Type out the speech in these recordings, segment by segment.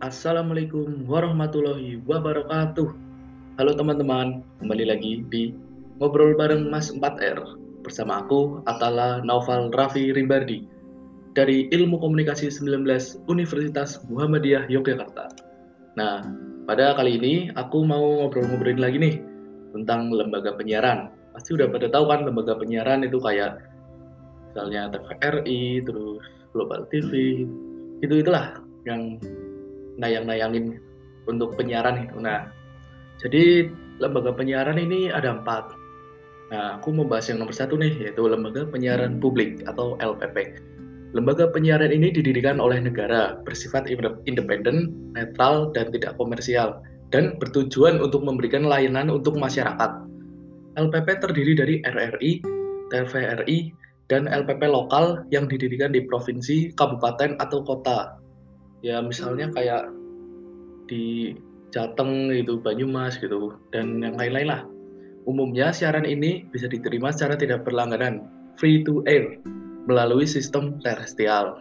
Assalamualaikum warahmatullahi wabarakatuh. Halo teman-teman, kembali lagi di Ngobrol bareng Mas 4R bersama aku Atala Naufal Raffi Rimbardi dari Ilmu Komunikasi 19 Universitas Muhammadiyah Yogyakarta. Nah, pada kali ini aku mau ngobrol-ngobrolin lagi nih tentang lembaga penyiaran. Pasti udah pada tahu kan lembaga penyiaran itu kayak misalnya TVRI, terus Global TV, itulah yang nayang-nayangin untuk penyiaran itu. Nah, jadi lembaga penyiaran ini ada 4. Nah, aku mau bahas yang nomor 1 nih, yaitu Lembaga Penyiaran Publik atau LPP. Lembaga penyiaran ini didirikan oleh negara, bersifat independen, netral, dan tidak komersial, dan bertujuan untuk memberikan layanan untuk masyarakat. LPP terdiri dari RRI, TVRI, dan LPP lokal yang didirikan di provinsi, kabupaten, atau kota. Ya, misalnya kayak di Jateng gitu, Banyumas gitu, dan yang lain-lain lah. Umumnya siaran ini bisa diterima secara tidak berlangganan, free to air, melalui sistem terestrial.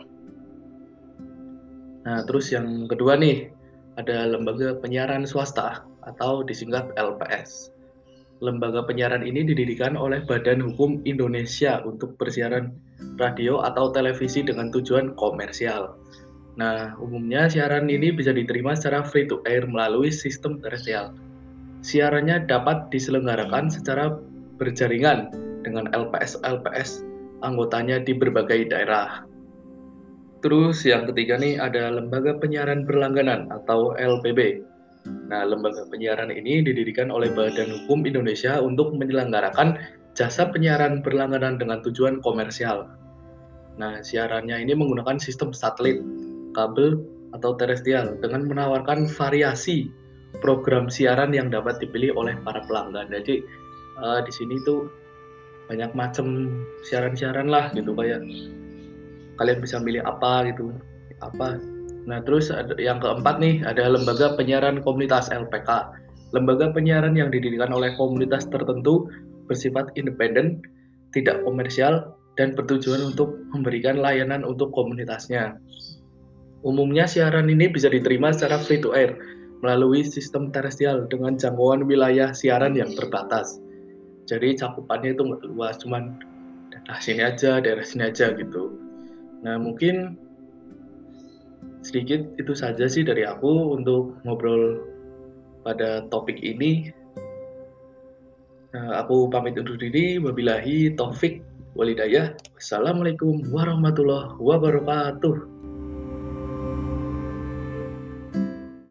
Nah, terus yang kedua nih, ada lembaga penyiaran swasta atau disingkat LPS. Lembaga penyiaran ini didirikan oleh Badan Hukum Indonesia untuk bersiaran radio atau televisi dengan tujuan komersial. Nah, umumnya siaran ini bisa diterima secara free to air melalui sistem terestrial. Siarannya dapat diselenggarakan secara berjaringan dengan LPS-LPS anggotanya di berbagai daerah. Terus yang ketiga nih ada Lembaga Penyiaran Berlangganan atau LPB. Nah, lembaga penyiaran ini didirikan oleh Badan Hukum Indonesia untuk menyelenggarakan jasa penyiaran berlangganan dengan tujuan komersial. Nah, siarannya ini menggunakan sistem satelit, kabel, atau terestrial dengan menawarkan variasi program siaran yang dapat dipilih oleh para pelanggan. Jadi di sini tuh banyak macam siaran-siaran lah gitu, kayak kalian bisa milih apa gitu, apa. Nah, terus yang keempat nih ada Lembaga Penyiaran Komunitas LPK. Lembaga penyiaran yang didirikan oleh komunitas tertentu bersifat independen, tidak komersial, dan bertujuan untuk memberikan layanan untuk komunitasnya. Umumnya siaran ini bisa diterima secara free to air melalui sistem terestrial dengan jangkauan wilayah siaran yang terbatas. Jadi cakupannya itu nggak luas, cuman daerah sini aja gitu. Nah, mungkin sedikit itu saja sih dari aku untuk ngobrol pada topik ini. Nah, aku pamit undur diri. Wabillahi taufik walhidayah. Wassalamualaikum warahmatullahi wabarakatuh.